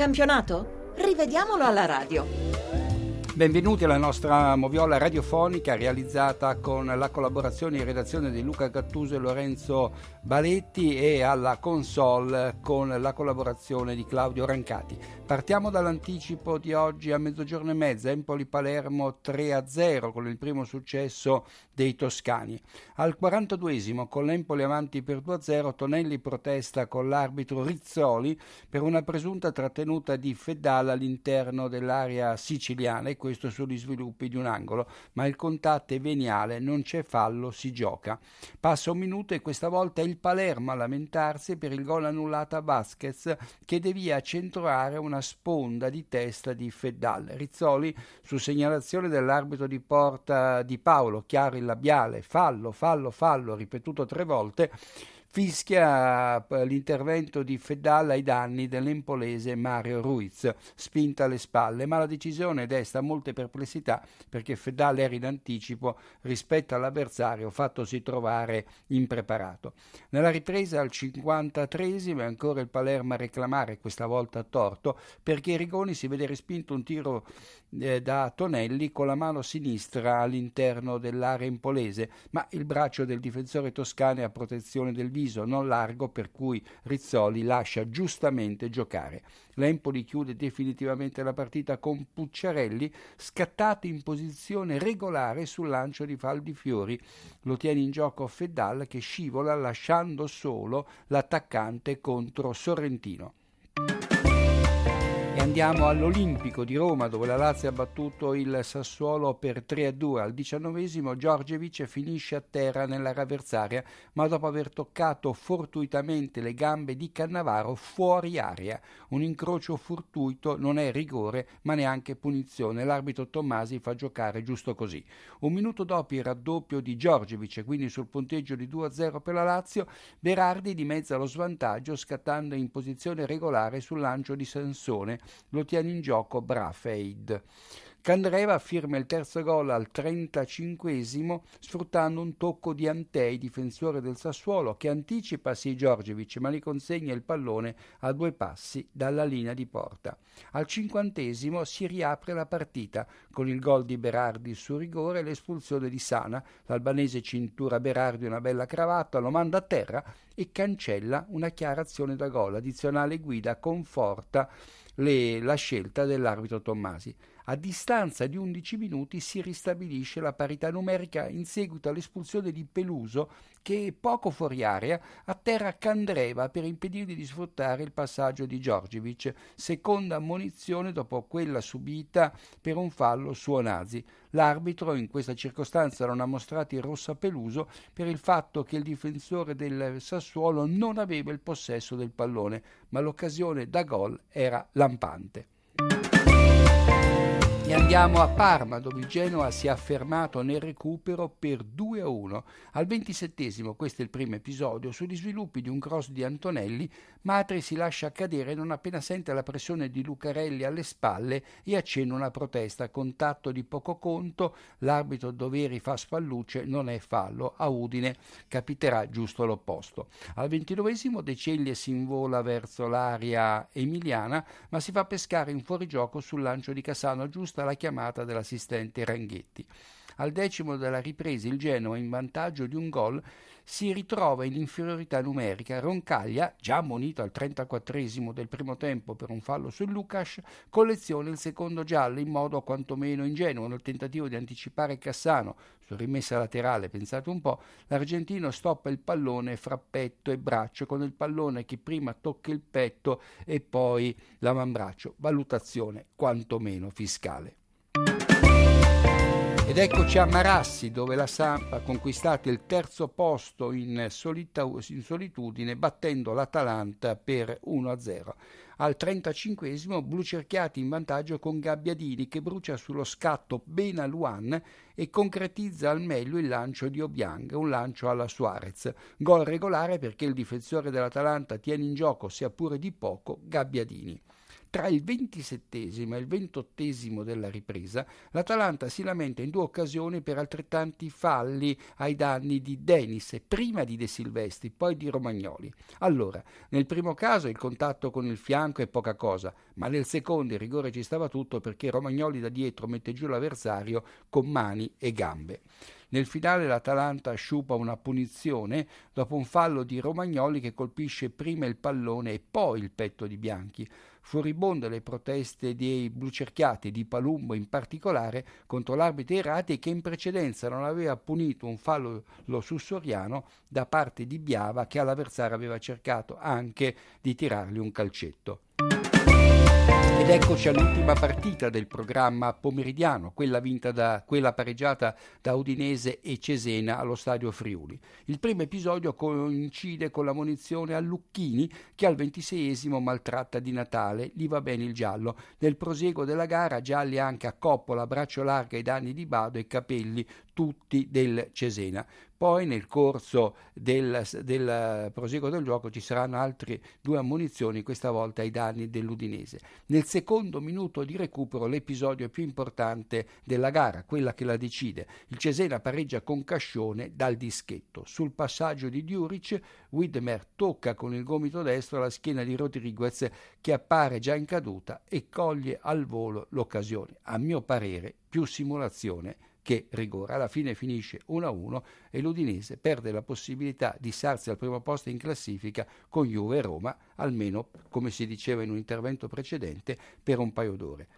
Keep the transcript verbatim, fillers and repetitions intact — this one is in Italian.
campionato? Rivediamolo alla radio. Benvenuti alla nostra moviola radiofonica realizzata con la collaborazione in redazione di Luca Gattuso e Lorenzo Baletti e alla console con la collaborazione di Claudio Rancati. Partiamo dall'anticipo di oggi a mezzogiorno e mezza, Empoli-Palermo tre a zero con il primo successo dei toscani. Al quarantaduesimo con l'Empoli avanti per due a zero, Tonelli protesta con l'arbitro Rizzoli per una presunta trattenuta di Feddal all'interno dell'area siciliana e questo sugli sviluppi di un angolo, ma il contatto è veniale, non c'è fallo, si gioca. Passa un minuto e questa volta è il Palermo a lamentarsi per il gol annullato a Vasquez che devia accentrare una sponda di testa di Feddal. Rizzoli, su segnalazione dell'arbitro di porta di Paolo, chiaro il labiale, fallo, fallo, fallo, ripetuto tre volte, fischia l'intervento di Feddal ai danni dell'empolese Mario Ruiz, spinta alle spalle, ma la decisione desta molte perplessità perché Feddal era in anticipo rispetto all'avversario fattosi trovare impreparato. Nella ripresa al cinquantatreesimo è ancora il Palermo a reclamare, questa volta a torto, perché Rigoni si vede respinto un tiro eh, da Tonelli con la mano sinistra all'interno dell'area empolese, ma il braccio del difensore toscano è a protezione del viso, non largo, per cui Rizzoli lascia giustamente giocare. L'Empoli chiude definitivamente la partita con Pucciarelli scattato in posizione regolare sul lancio di Faldifiori. Lo tiene in gioco Feddal che scivola lasciando solo l'attaccante contro Sorrentino. E andiamo all'Olimpico di Roma dove la Lazio ha battuto il Sassuolo per tre a due. Al diciannovesimo Djordjevic finisce a terra nell'area avversaria ma dopo aver toccato fortuitamente le gambe di Cannavaro fuori area. Un incrocio fortuito non è rigore ma neanche punizione. L'arbitro Tommasi fa giocare giusto così. Un minuto dopo il raddoppio di Djordjevic, quindi sul punteggio di due a zero per la Lazio, Berardi dimezza lo svantaggio scattando in posizione regolare sul lancio di Sansone. Lo tiene in gioco Brafeid. Candreva firma il terzo gol al trentacinquesimo sfruttando un tocco di Antei, difensore del Sassuolo, che anticipa sì Djordjevic ma gli consegna il pallone a due passi dalla linea di porta. Al cinquantesimo si riapre la partita con il gol di Berardi su rigore e l'espulsione di Sana. L'albanese cintura Berardi una bella cravatta, lo manda a terra e cancella una chiara azione da gol. Addizionale guida conforta le, la scelta dell'arbitro Tommasi. A distanza di undici minuti si ristabilisce la parità numerica in seguito all'espulsione di Peluso che poco fuori area atterra Candreva per impedirgli di sfruttare il passaggio di Djordjevic, seconda ammonizione dopo quella subita per un fallo su Onazi. L'arbitro in questa circostanza non ha mostrato il rosso a Peluso per il fatto che il difensore del Sassuolo non aveva il possesso del pallone, ma l'occasione da gol era lampante. E andiamo a Parma dove il Genoa si è affermato nel recupero per due a uno. Al ventisettesimo, questo è il primo episodio, sugli sviluppi di un cross di Antonelli, Matri si lascia cadere non appena sente la pressione di Lucarelli alle spalle e accenna una protesta. Contatto di poco conto, l'arbitro Doveri fa spallucce, non è fallo. A Udine capiterà giusto l'opposto. Al ventinovesimo De Ceglie si invola verso l'area emiliana ma si fa pescare in fuorigioco sul lancio di Cassano, giusta la chiamata dell'assistente Ranghetti. Al decimo della ripresa il Genoa, in vantaggio di un gol, si ritrova in inferiorità numerica. Roncaglia, già ammonito al trentaquattresimo del primo tempo per un fallo sul Lucas, colleziona il secondo giallo in modo quantomeno ingenuo. Nel tentativo di anticipare Cassano su rimessa laterale, pensate un po', l'argentino stoppa il pallone fra petto e braccio con il pallone che prima tocca il petto e poi l'avambraccio. Valutazione quantomeno fiscale. Ed eccoci a Marassi dove la Samp ha conquistato il terzo posto in, solita, in solitudine battendo l'Atalanta per uno a zero. Al trentacinquesimo blucerchiati in vantaggio con Gabbiadini che brucia sullo scatto Benaluan e concretizza al meglio il lancio di Obiang, un lancio alla Suarez. Gol regolare perché il difensore dell'Atalanta tiene in gioco, sia pure di poco, Gabbiadini. Tra il ventisettesimo e il ventottesimo della ripresa, l'Atalanta si lamenta in due occasioni per altrettanti falli ai danni di Denis, prima di De Silvestri, poi di Romagnoli. Allora, nel primo caso il contatto con il fianco è poca cosa, ma nel secondo il rigore ci stava tutto perché Romagnoli da dietro mette giù l'avversario con mani e gambe. Nel finale l'Atalanta sciupa una punizione dopo un fallo di Romagnoli che colpisce prima il pallone e poi il petto di Bianchi. Furibonde le proteste dei blucerchiati, di Palumbo in particolare, contro l'arbitro Errati, che in precedenza non aveva punito un fallo su Soriano da parte di Biava, che all'avversario aveva cercato anche di tirargli un calcetto. Ed eccoci all'ultima partita del programma pomeridiano, quella vinta da quella pareggiata da Udinese e Cesena allo stadio Friuli. Il primo episodio coincide con la munizione a Lucchini, che al ventiseiesimo maltratta Di Natale, gli va bene il giallo. Nel proseguo della gara gialli anche a Coppola, Braccio Larga ai danni di Bado e Capelli, tutti del Cesena. Poi nel corso del, del proseguo del gioco ci saranno altre due ammonizioni, questa volta ai danni dell'Udinese. Nel secondo minuto di recupero l'episodio più importante della gara, quella che la decide. Il Cesena pareggia con Cascione dal dischetto. Sul passaggio di Djuric, Widmer tocca con il gomito destro la schiena di Rodriguez, che appare già in caduta e coglie al volo l'occasione. A mio parere più simulazione che rigore. Alla fine finisce uno a uno e l'Udinese perde la possibilità di salirsi al primo posto in classifica con Juve e Roma, almeno come si diceva in un intervento precedente, per un paio d'ore.